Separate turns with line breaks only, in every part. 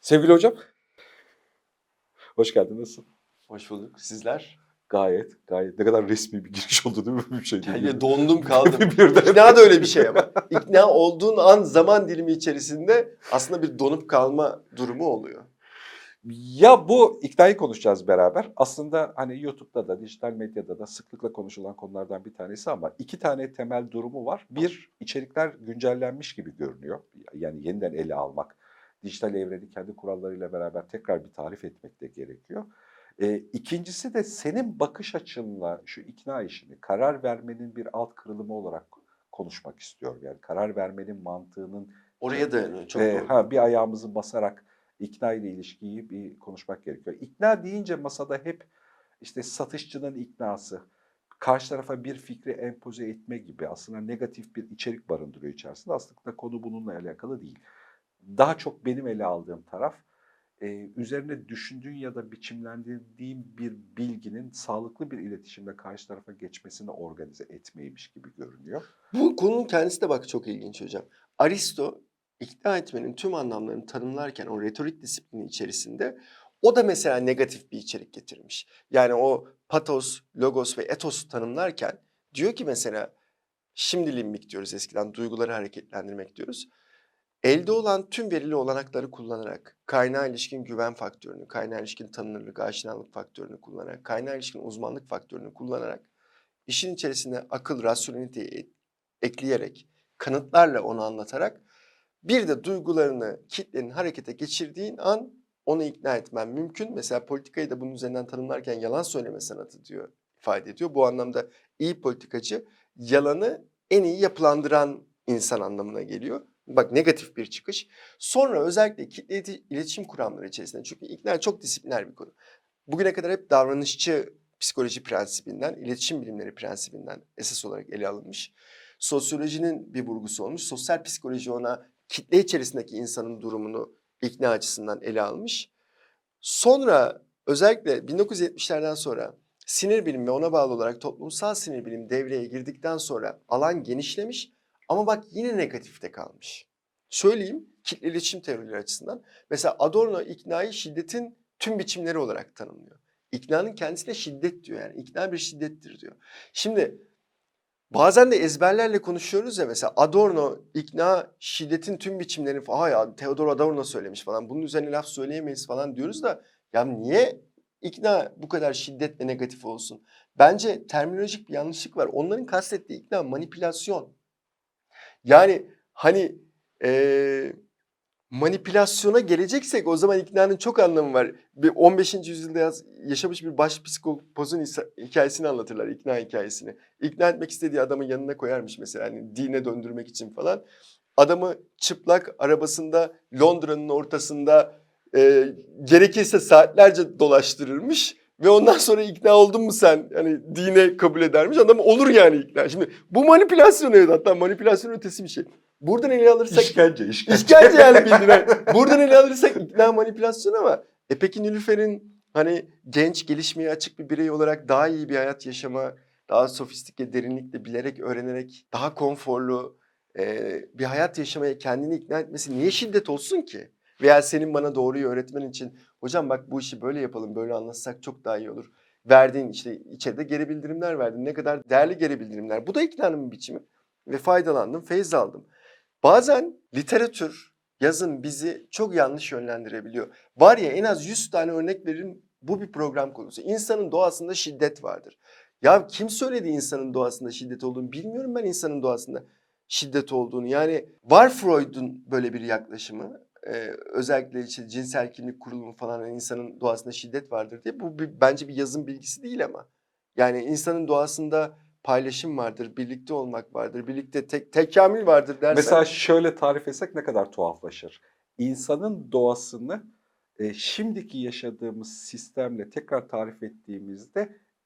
Sevgili hocam, hoş geldin. Nasılsın?
Hoş bulduk. Sizler?
Gayet. Ne kadar resmi bir giriş oldu değil mi? Bir şey değil.
Yani dondum kaldım.
Birden.
İkna da öyle bir şey ama. İkna olduğun an zaman dilimi içerisinde aslında bir donup kalma durumu oluyor.
Ya bu iknayı konuşacağız beraber. Aslında hani YouTube'da da, dijital medyada da sıklıkla konuşulan konulardan bir tanesi ama iki tane temel durumu var. Bir, içerikler güncellenmiş gibi görünüyor. Yani yeniden ele almak, dijital evreni kendi kurallarıyla beraber tekrar bir tarif etmek de gerekiyor. İkincisi de senin bakış açınla şu ikna işini karar vermenin bir alt kırılımı olarak konuşmak istiyorum. Yani karar vermenin mantığının
Oraya dayanıyor. Çok doğru.
bir ayağımızı basarak ikna ile ilişkiyi bir konuşmak gerekiyor. İkna deyince masada hep işte satışçının iknası, karşı tarafa bir fikri empoze etme gibi aslında negatif bir içerik barındırıyor içerisinde. Aslında konu bununla alakalı değil. Daha çok benim ele aldığım taraf üzerine düşündüğün ya da biçimlendirdiğin bir bilginin sağlıklı bir iletişimle karşı tarafa geçmesini organize etmeymiş gibi görünüyor.
Bu konunun kendisi de bak çok ilginç hocam. Aristo ikna etmenin tüm anlamlarını tanımlarken o retorik disiplini içerisinde o da mesela negatif bir içerik getirmiş. Yani o patos, logos ve etos tanımlarken diyor ki mesela şimdi limbik diyoruz eskiden duyguları hareketlendirmek diyoruz. Elde olan tüm verili olanakları kullanarak, kaynağa ilişkin güven faktörünü, kaynağa ilişkin tanınırlık, aşinalık faktörünü kullanarak, kaynağa ilişkin uzmanlık faktörünü kullanarak, işin içerisine akıl, rasyoneliteyi ekleyerek, kanıtlarla onu anlatarak, bir de duygularını kitlenin harekete geçirdiğin an onu ikna etmen mümkün. Mesela politikayı da bunun üzerinden tanımlarken yalan söyleme sanatı diyor, ifade ediyor. Bu anlamda iyi politikacı yalanı en iyi yapılandıran insan anlamına geliyor. Bak negatif bir çıkış. Sonra özellikle kitle iletişim kuramları içerisinde çünkü ikna çok disipliner bir konu. Bugüne kadar hep davranışçı psikoloji prensibinden, iletişim bilimleri prensibinden esas olarak ele alınmış. Sosyolojinin bir vurgusu olmuş. Sosyal psikoloji ona kitle içerisindeki insanın durumunu ikna açısından ele almış. Sonra özellikle 1970'lerden sonra sinir bilimi ve ona bağlı olarak toplumsal sinir bilimi devreye girdikten sonra alan genişlemiş ama bak yine negatifte kalmış. Söyleyeyim kitle iletişim teorileri açısından. Mesela Adorno iknayı şiddetin tüm biçimleri olarak tanımlıyor. İknanın kendisi de şiddet diyor yani ikna bir şiddettir diyor. Şimdi bazen de ezberlerle konuşuyoruz ya mesela Adorno ikna şiddetin tüm biçimlerini falan ya Theodor Adorno söylemiş falan bunun üzerine laf söyleyemeyiz falan diyoruz da ya niye ikna bu kadar şiddet ve negatif olsun? Bence terminolojik bir yanlışlık var. Onların kastettiği ikna manipülasyon. Yani hani manipülasyona geleceksek o zaman iknanın çok anlamı var. Bir 15. yüzyılda yaşamış bir başpsikopozun hikayesini anlatırlar, ikna hikayesini. İkna etmek istediği adamın yanına koyarmış mesela hani dine döndürmek için falan. Adamı çıplak arabasında Londra'nın ortasında gerekirse saatlerce dolaştırırmış. Ve ondan sonra ikna oldun mu sen hani dine kabul edermiş. Adam olur yani ikna. Şimdi bu manipülasyon evet hatta manipülasyon ötesi bir şey. Buradan ele alırsak...
İşkence.
İşkence yani bildiğin. Buradan ele alırsak ikna manipülasyon ama peki Nilüfer'in hani genç gelişmeye açık bir birey olarak daha iyi bir hayat yaşama, daha sofistike, derinlikle bilerek, öğrenerek, daha konforlu bir hayat yaşamaya kendini ikna etmesi niye şiddet olsun ki? Veya senin bana doğruyu öğretmen için hocam bak bu işi böyle yapalım, böyle anlatsak çok daha iyi olur. Verdiğin işte içeride geri bildirimler verdin. Ne kadar değerli geri bildirimler. Bu da iknanın bir biçimi. Ve faydalandım, feyz aldım. Bazen literatür, yazın bizi çok yanlış yönlendirebiliyor. Var ya en az 100 tane örnek veririm bu bir program konusu. İnsanın doğasında şiddet vardır. Ya kim söyledi insanın doğasında şiddet olduğunu bilmiyorum ben insanın doğasında şiddet olduğunu. Yani var Freud'un böyle bir yaklaşımı. Özellikle işte cinsel kimlik kurulumu falan yani insanın doğasında şiddet vardır diye. Bu bence bir yazın bilgisi değil ama. Yani insanın doğasında paylaşım vardır, birlikte olmak vardır, birlikte tekamül vardır dersen.
Mesela şöyle tarif etsek ne kadar tuhaflaşır. İnsanın doğasını şimdiki yaşadığımız sistemle tekrar tarif ettiğimizde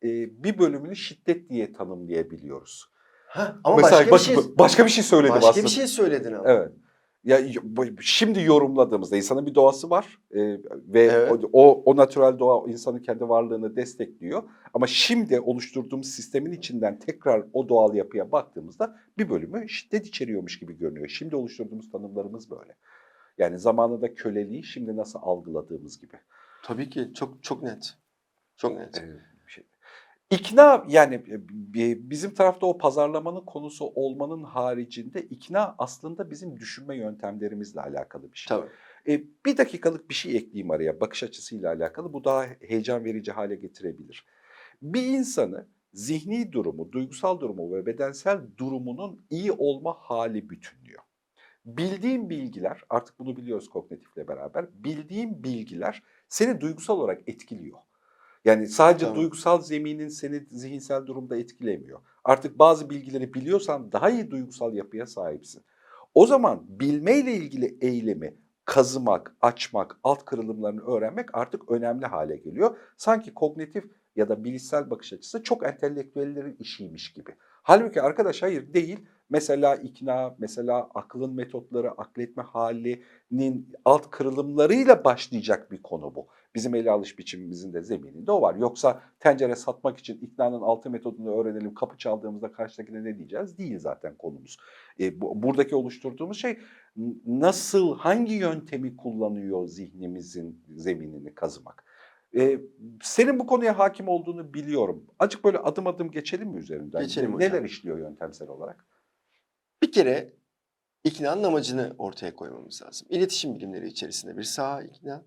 bir bölümünü şiddet diye tanımlayabiliyoruz.
Ama
Mesela başka bir şey söyledim
başka
aslında.
bir şey söyledin ama.
Evet. Ya şimdi yorumladığımızda insanın bir doğası var ve
Evet.
o natürel doğa insanın kendi varlığını destekliyor. Ama şimdi oluşturduğumuz sistemin içinden tekrar o doğal yapıya baktığımızda bir bölümü şiddet içeriyormuş gibi görünüyor. Şimdi oluşturduğumuz tanımlarımız böyle. Yani zamanında köleliği şimdi nasıl algıladığımız gibi.
Tabii ki çok net. Çok net.
Bir şey. İkna yani bizim tarafta o pazarlamanın konusu olmanın haricinde ikna aslında bizim düşünme yöntemlerimizle alakalı bir şey.
Tabii.
Bir dakikalık bir şey ekleyeyim araya bakış açısıyla alakalı. Bu daha heyecan verici hale getirebilir. Bir insanı zihni durumu, duygusal durumu ve bedensel durumunun iyi olma hali bütünlüyor. Bildiğin bilgiler, artık bunu biliyoruz kognitifle beraber, bildiğin bilgiler seni duygusal olarak etkiliyor. Yani sadece
Tamam.
duygusal zeminin seni zihinsel durumda etkilemiyor. Artık bazı bilgileri biliyorsan daha iyi duygusal yapıya sahipsin. O zaman bilmeyle ilgili eylemi kazımak, açmak, alt kırılımlarını öğrenmek artık önemli hale geliyor. Sanki kognitif ya da bilişsel bakış açısı çok entelektüellerin işiymiş gibi. Halbuki arkadaş hayır değil. Mesela ikna, mesela aklın metotları, akletme halinin alt kırılımlarıyla başlayacak bir konu bu. Bizim ele alış biçimimizin de zemininde o var. Yoksa tencere satmak için iknanın altı metodunu öğrenelim, kapı çaldığımızda karşıdakine ne diyeceğiz? Değil zaten konumuz. Buradaki oluşturduğumuz şey nasıl, hangi yöntemi kullanıyor zihnimizin zeminini kazımak. Senin bu konuya hakim olduğunu biliyorum. Azıcık böyle adım adım geçelim mi üzerinden?
Geçelim hocam.
Neler işliyor yöntemsel olarak?
Bir kere iknanın amacını ortaya koymamız lazım. İletişim bilimleri içerisinde bir saha ikna.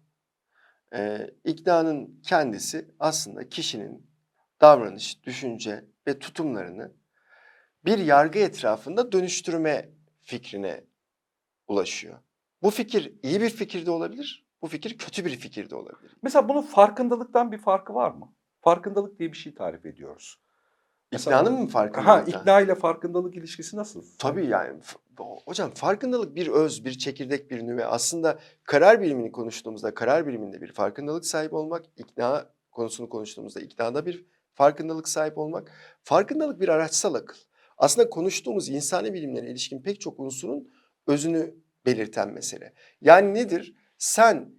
İknanın kendisi aslında kişinin davranış, düşünce ve tutumlarını bir yargı etrafında dönüştürme fikrine ulaşıyor. Bu fikir iyi bir fikir de olabilir, bu fikir kötü bir fikir de olabilir.
Mesela bunun farkındalıktan bir farkı var mı? Farkındalık diye bir şey tarif ediyoruz. Mesela
İknanın mı farkındalıktan?
ikna ile farkındalık ilişkisi nasıl?
Tabii yani hocam farkındalık bir öz, bir çekirdek, bir nüve. Aslında karar bilimini konuştuğumuzda karar biliminde bir farkındalık sahibi olmak, ikna konusunu konuştuğumuzda iknada bir farkındalık sahip olmak. Farkındalık bir araçsal akıl. Aslında konuştuğumuz insani bilimlere ilişkin pek çok unsurun özünü belirten mesele. Yani nedir? Sen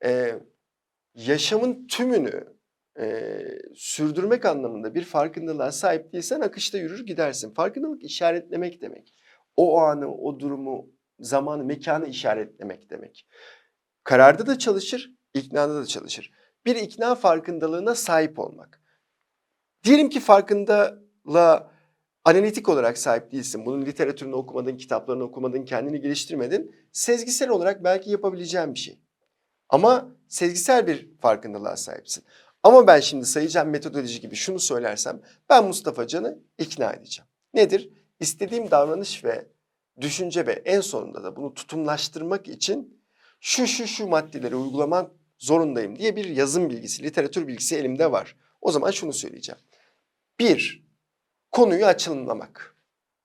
yaşamın tümünü sürdürmek anlamında bir farkındalığa sahip değilsen akışta yürür gidersin. Farkındalık işaretlemek demek. O anı, o durumu, zamanı, mekanı işaretlemek demek. Kararda da çalışır, iknada da çalışır. Bir ikna farkındalığına sahip olmak. Diyelim ki farkındalığa analitik olarak sahip değilsin. Bunun literatürünü okumadın, kitaplarını okumadın, kendini geliştirmedin. Sezgisel olarak belki yapabileceğin bir şey. Ama sezgisel bir farkındalığa sahipsin. Ama ben şimdi sayacağım metodoloji gibi şunu söylersem ben Mustafa Can'ı ikna edeceğim. Nedir? İstediğim davranış ve düşünce ve en sonunda da bunu tutumlaştırmak için şu maddeleri uygulamak zorundayım diye bir yazım bilgisi, literatür bilgisi elimde var. O zaman şunu söyleyeceğim. Bir, konuyu açılımlamak.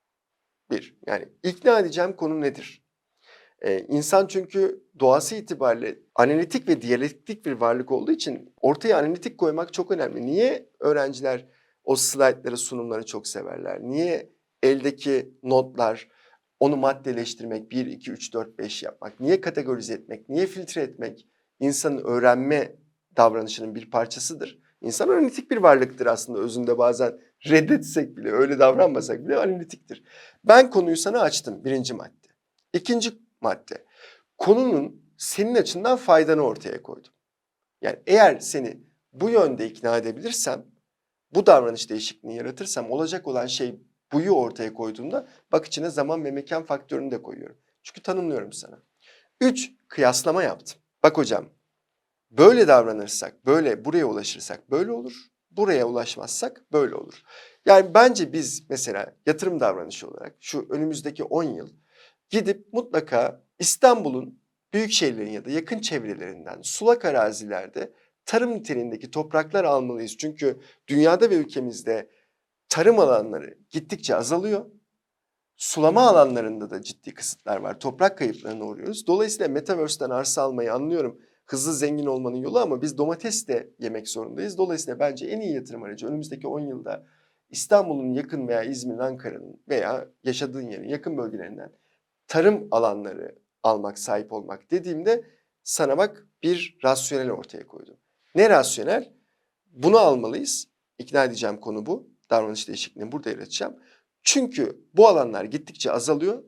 Yani ikna edeceğim konu nedir? İnsan çünkü doğası itibariyle analitik ve diyalektik bir varlık olduğu için ortaya analitik koymak çok önemli. Niye öğrenciler o slaytları, sunumları çok severler? Niye eldeki notlar, onu maddeleştirmek, 1, 2, 3, 4, 5 yapmak, niye kategorize etmek, niye filtre etmek insanın öğrenme davranışının bir parçasıdır. İnsan analitik bir varlıktır aslında özünde bazen reddetsek bile, öyle davranmasak bile analitiktir. Ben konuyu sana açtım, birinci madde. İkinci madde. Konunun senin açından faydanı ortaya koydum. Yani eğer seni bu yönde ikna edebilirsem, bu davranış değişikliğini yaratırsam olacak olan şey buyu ortaya koyduğumda bak içine zaman ve mekan faktörünü de koyuyorum. Çünkü tanımlıyorum sana. 3. Kıyaslama yaptım. Bak hocam böyle davranırsak, böyle buraya ulaşırsak böyle olur. Buraya ulaşmazsak böyle olur. Yani bence biz mesela yatırım davranışı olarak şu önümüzdeki 10 yıl gidip mutlaka İstanbul'un büyük şehirlerin ya da yakın çevrelerinden sulak arazilerde tarım niteliğindeki topraklar almalıyız. Çünkü dünyada ve ülkemizde tarım alanları gittikçe azalıyor. Sulama alanlarında da ciddi kısıtlar var. Toprak kayıplarına uğruyoruz. Dolayısıyla Metaverse'den arsa almayı anlıyorum. Hızlı zengin olmanın yolu ama biz domates de yemek zorundayız. Dolayısıyla bence en iyi yatırım aracı önümüzdeki 10 yılda İstanbul'un yakın veya İzmir'in, Ankara'nın veya yaşadığın yerin yakın bölgelerinden tarım alanları almak, sahip olmak dediğimde sana bak bir rasyonel ortaya koydum. Ne rasyonel? Bunu almalıyız. İkna edeceğim konu bu. Davranış değişikliğini burada yaratacağım. Çünkü bu alanlar gittikçe azalıyor.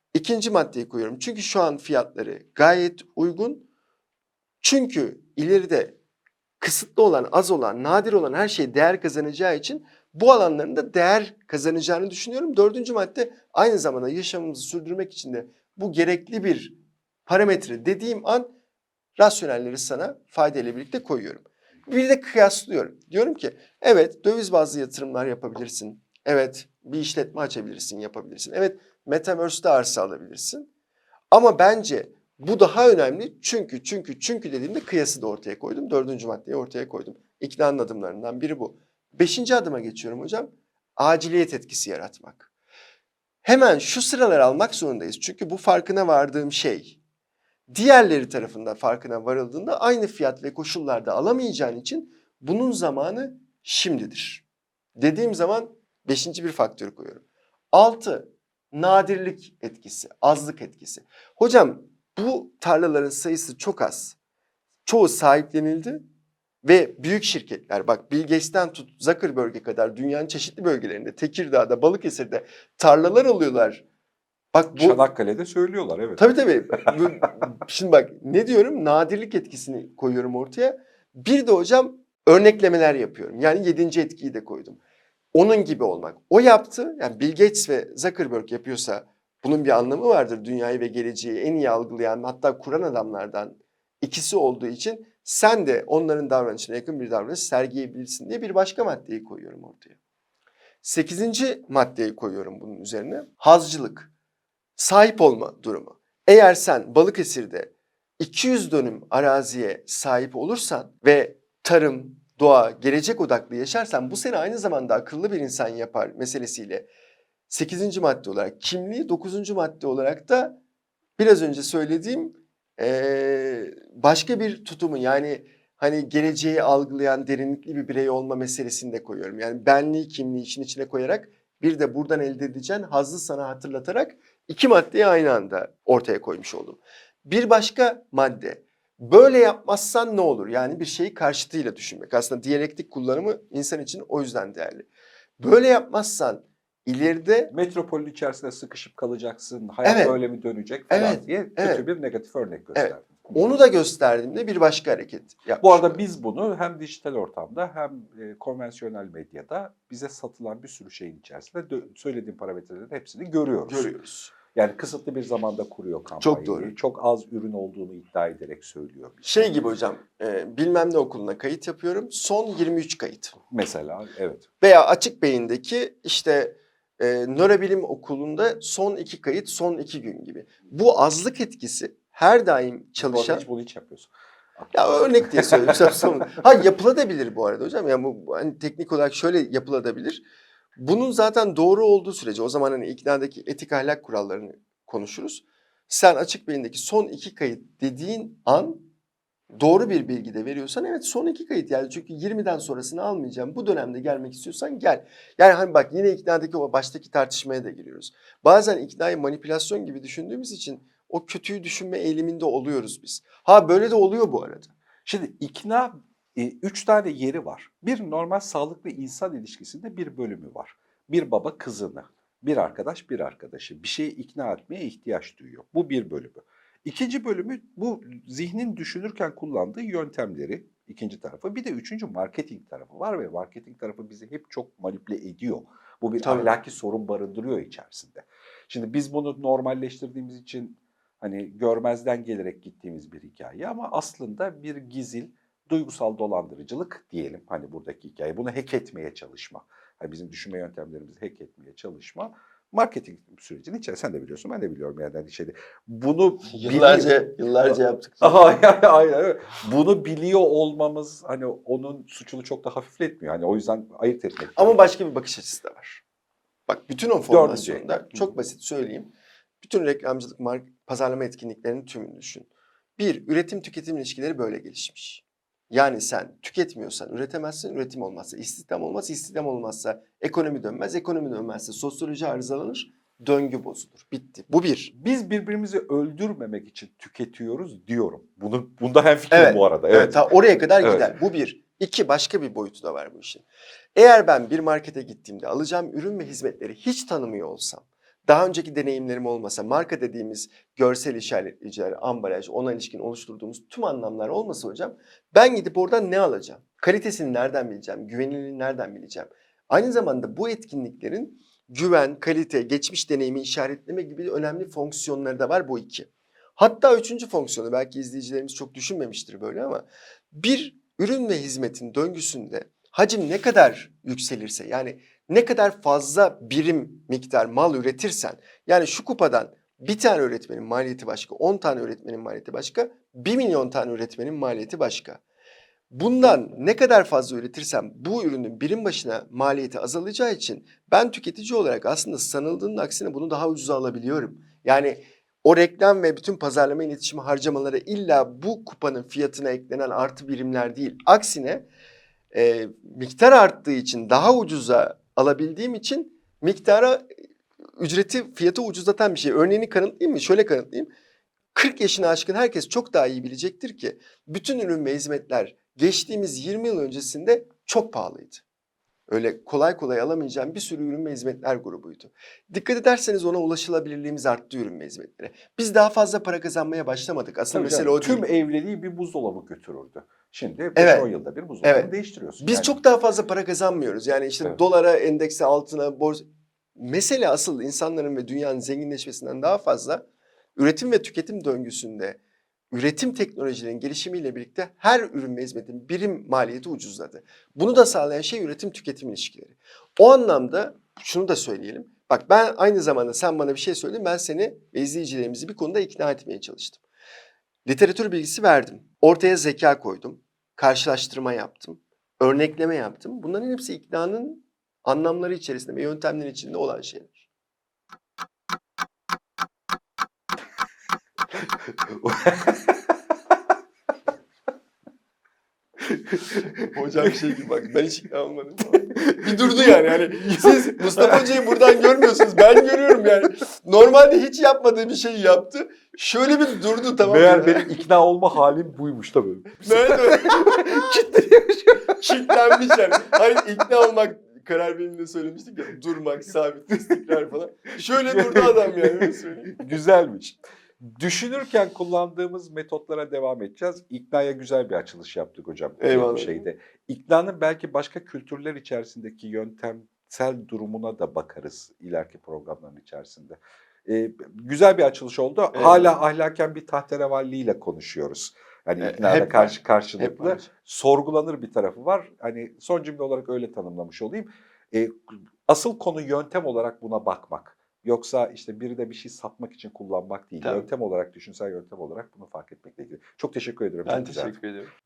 İkinci maddeyi koyuyorum. Çünkü şu an fiyatları gayet uygun. Çünkü ileride kısıtlı olan, az olan, nadir olan her şey değer kazanacağı için bu alanların da değer kazanacağını düşünüyorum. Dördüncü madde aynı zamanda yaşamımızı sürdürmek için de bu gerekli bir parametre dediğim an rasyonelleri sana faydayla birlikte koyuyorum. Bir de kıyaslıyorum. Diyorum ki evet döviz bazlı yatırımlar yapabilirsin. Evet bir işletme açabilirsin, yapabilirsin. Evet Metaverse'de arsa alabilirsin. Ama bence bu daha önemli çünkü dediğimde kıyası da ortaya koydum. Dördüncü maddeyi ortaya koydum. İknanın adımlarından biri bu. Beşinci adıma geçiyorum hocam. Aciliyet etkisi yaratmak. Hemen şu sıralar almak zorundayız. Çünkü bu farkına vardığım şey. Diğerleri tarafından farkına varıldığında aynı fiyat ve koşullarda alamayacağın için bunun zamanı şimdidir. Dediğim zaman beşinci bir faktörü koyuyorum. 6. Nadirlik etkisi, azlık etkisi. Hocam bu tarlaların sayısı çok az. Çoğu sahiplenildi ve büyük şirketler bak Bill Gates'ten tut Zuckerberg'e kadar dünyanın çeşitli bölgelerinde Tekirdağ'da, Balıkesir'de tarlalar alıyorlar. Bak bu
Çanakkale'de söylüyorlar, evet.
tabii. Şimdi bak ne diyorum? Nadirlik etkisini koyuyorum ortaya. Bir de hocam örneklemeler yapıyorum. Yani 7. etkiyi de koydum. Onun gibi olmak. O yaptı. Yani Bill Gates ve Zuckerberg yapıyorsa bunun bir anlamı vardır. Dünyayı ve geleceği en iyi algılayan hatta kuran adamlardan ikisi olduğu için sen de onların davranışına yakın bir davranış sergileyebilirsin diye bir başka maddeyi koyuyorum ortaya. 8. maddeyi koyuyorum bunun üzerine. Hazcılık. Sahip olma durumu. Eğer sen Balıkesir'de 200 dönüm araziye sahip olursan ve tarım, doğa, gelecek odaklı yaşarsan bu seni aynı zamanda akıllı bir insan yapar meselesiyle 8. madde olarak kimliği, 9. madde olarak da biraz önce söylediğim başka bir tutumu yani hani geleceği algılayan derinlikli bir birey olma meselesini de koyuyorum. Yani benliği, kimliği işin içine koyarak bir de buradan elde edeceğin hazzı sana hatırlatarak 2 maddeyi aynı anda ortaya koymuş oldum. Bir başka madde, böyle yapmazsan ne olur? Yani bir şeyi karşıtıyla düşünmek. Aslında diyalektik kullanımı insan için o yüzden değerli. Böyle yapmazsan ileride...
Metropolün içerisinde sıkışıp kalacaksın, hayat
Evet,
böyle mi dönecek falan
evet,
diye kötü
evet.
bir negatif örnek gösterdim.
Evet. Onu da gösterdiğimde bir başka hareket yapmış.
Bu arada
oluyorum.
biz bunu hem dijital ortamda hem konvansiyonel medyada bize satılan bir sürü şeyin içerisinde söylediğim parametrelerin hepsini görüyoruz. Yani kısıtlı bir zamanda kuruyor kampanyayı.
Çok doğru.
Çok az ürün olduğunu iddia ederek söylüyor.
Şey gibi hocam, bilmem ne okuluna kayıt yapıyorum. Son 23 kayıt.
Mesela evet.
Veya Açık Beyin'deki işte nörobilim okulunda son 2 kayıt, son 2 gün gibi. Bu azlık etkisi her daim çalışan...
Bunu hiç yapıyorsun.
Ya örnek diye söylüyorum. Ha yapılabilir bu arada hocam. Yani bu hani teknik olarak şöyle yapılabilir. Bunun zaten doğru olduğu sürece o zaman hani iknadaki etik ahlak kurallarını konuşuruz. Sen Açık Beyin'deki son 2 kayıt dediğin an doğru bir bilgi de veriyorsan evet son 2 kayıt yani çünkü 20'den sonrasını almayacağım. Bu dönemde gelmek istiyorsan gel. Yani hani bak yine iknadaki o baştaki tartışmaya da giriyoruz. Bazen iknayı manipülasyon gibi düşündüğümüz için o kötüyü düşünme eğiliminde oluyoruz biz. Ha böyle de oluyor bu arada.
Şimdi ikna 3 tane yeri var. Bir normal sağlıklı insan ilişkisinde bir bölümü var. Bir baba kızını, bir arkadaş bir arkadaşı bir şeye ikna etmeye ihtiyaç duyuyor. Bu bir bölümü. İkinci bölümü bu zihnin düşünürken kullandığı yöntemleri, ikinci tarafı. Bir de üçüncü marketing tarafı var ve marketing tarafı bizi hep çok manipüle ediyor. Bu bir
Tabii.
ahlaki sorun barındırıyor içerisinde. Şimdi biz bunu normalleştirdiğimiz için hani görmezden gelerek gittiğimiz bir hikaye ama aslında bir gizil, duygusal dolandırıcılık diyelim hani buradaki hikaye. Bunu hack etmeye çalışma. Yani bizim düşünme yöntemlerimizi hack etmeye çalışma. Marketing sürecinin içerisinde sen de biliyorsun ben de biliyorum yani hani şeyde. Bunu
Yıllarca yaptık.
Aynen. Bunu biliyor olmamız hani onun suçunu çok da hafifletmiyor. Hani o yüzden ayırt etmek.
Ama başka bir bakış açısı da var. Bak bütün o formasyonda
Dördüncü.
çok basit söyleyeyim. Bütün reklamcılık, pazarlama etkinliklerinin tümünü düşün. Bir, üretim tüketim ilişkileri böyle gelişmiş. Yani sen tüketmiyorsan üretemezsin, üretim olmazsa istihdam olmaz, istihdam olmazsa ekonomi dönmez, ekonomi dönmezse sosyoloji arızalanır, döngü bozulur. Bitti. Bu bir.
Biz birbirimizi öldürmemek için tüketiyoruz diyorum. Bunda hemfikirim
Evet,
bu arada.
Evet, ta oraya kadar
Evet.
gider. Bu bir. İki, başka bir boyutu da var bu işin. Eğer ben bir markete gittiğimde alacağım ürün ve hizmetleri hiç tanımıyor olsam, daha önceki deneyimlerim olmasa, marka dediğimiz görsel işaretleyiciler, ambalaj, ona ilişkin oluşturduğumuz tüm anlamlar olmasa hocam, ben gidip oradan ne alacağım? Kalitesini nereden bileceğim? Güvenilirliğini nereden bileceğim? Aynı zamanda bu etkinliklerin güven, kalite, geçmiş deneyimi işaretleme gibi önemli fonksiyonları da var bu iki. Hatta üçüncü fonksiyonu belki izleyicilerimiz çok düşünmemiştir böyle ama bir ürün ve hizmetin döngüsünde hacim ne kadar yükselirse, yani ne kadar fazla birim miktar mal üretirsen, yani şu kupadan bir tane üretmenin maliyeti başka, 10 tane üretmenin maliyeti başka, 1 milyon tane üretmenin maliyeti başka. Bundan ne kadar fazla üretirsem bu ürünün birim başına maliyeti azalacağı için ben tüketici olarak aslında sanıldığının aksine bunu daha ucuza alabiliyorum. Yani o reklam ve bütün pazarlama iletişimi harcamaları illa bu kupanın fiyatına eklenen artı birimler değil. Aksine miktar arttığı için daha ucuza alabildiğim için miktara ücreti fiyatı ucuzlatan bir şey. Örneğini kanıtlayayım mı? Şöyle kanıtlayayım. 40 yaşını aşkın herkes çok daha iyi bilecektir ki bütün ürün ve hizmetler geçtiğimiz 20 yıl öncesinde çok pahalıydı. Öyle kolay kolay alamayacağım bir sürü ürün ve hizmetler grubuydu. Dikkat ederseniz ona ulaşılabilirliğimiz arttı ürün ve hizmetlere. Biz daha fazla para kazanmaya başlamadık. Aslında
Tabii
mesele
canım,
o değil.
tüm evliliği bir buzdolabı götürürdü. Şimdi 5-10
Evet.
yılda bir buzdolabını
Evet.
değiştiriyorsun.
Biz
Yani
çok daha fazla para kazanmıyoruz. Yani işte
Evet.
dolara, endekse, altına, borsa. Mesele asıl insanların ve dünyanın zenginleşmesinden daha fazla üretim ve tüketim döngüsünde üretim teknolojilerinin gelişimiyle birlikte her ürün ve hizmetin birim maliyeti ucuzladı. Bunu da sağlayan şey üretim tüketim ilişkileri. O anlamda şunu da söyleyelim. Bak ben aynı zamanda sen bana bir şey söyledin, ben seni ve izleyicilerimizi bir konuda ikna etmeye çalıştım. Literatür bilgisi verdim. Ortaya zeka koydum. Karşılaştırma yaptım. Örnekleme yaptım. Bunların hepsi iknanın anlamları içerisinde ve yöntemleri içinde olan şeyler. Hocam şey gibi bak ben hiç ikna olmadım. Bir durdu yani. Hani siz Mustafa Hoca'yı buradan görmüyorsunuz. Ben görüyorum yani. Normalde hiç yapmadığı bir şeyi yaptı. Şöyle bir durdu tamam mı?
Meğer benim ikna olma halim buymuş da böyle.
Nerede?
Kitleniyormuş.
Kitlenmiş yani. Hani ikna olmak karar veriminde söylemiştik ya. Durmak, sabit, istikrar falan. Şöyle durdu adam yani. Öyle söyleyeyim.
Güzelmiş. Düşünürken kullandığımız metotlara devam edeceğiz. İknaya güzel bir açılış yaptık hocam.
Eyvallah.
Bir şeyde. İknanın belki başka kültürler içerisindeki yöntemsel durumuna da bakarız ileriki programların içerisinde. Güzel bir açılış oldu.
Eyvallah.
Hala ahlaken bir tahterevalliyle konuşuyoruz. Hani iknada
Hep var. Hep
karşılıklı
var.
sorgulanır bir tarafı var. Hani son cümle olarak öyle tanımlamış olayım. Asıl konu yöntem olarak buna bakmak. Yoksa işte biri de bir şey satmak için kullanmak değil.
Tabii.
Yöntem olarak, düşünsel yöntem olarak bunu fark etmekle ilgili. Çok teşekkür ediyorum.
Ben
Çok güzeldi.
teşekkür ediyorum.